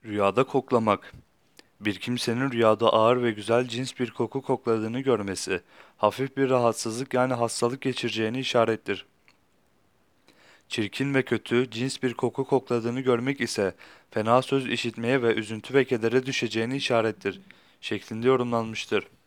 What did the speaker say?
Rüyada koklamak. Bir kimsenin rüyada ağır ve güzel cins bir koku kokladığını görmesi, hafif bir rahatsızlık yani hastalık geçireceğini işarettir. Çirkin ve kötü, cins bir koku kokladığını görmek ise fena söz işitmeye ve üzüntü ve kedere düşeceğini işarettir, şeklinde yorumlanmıştır.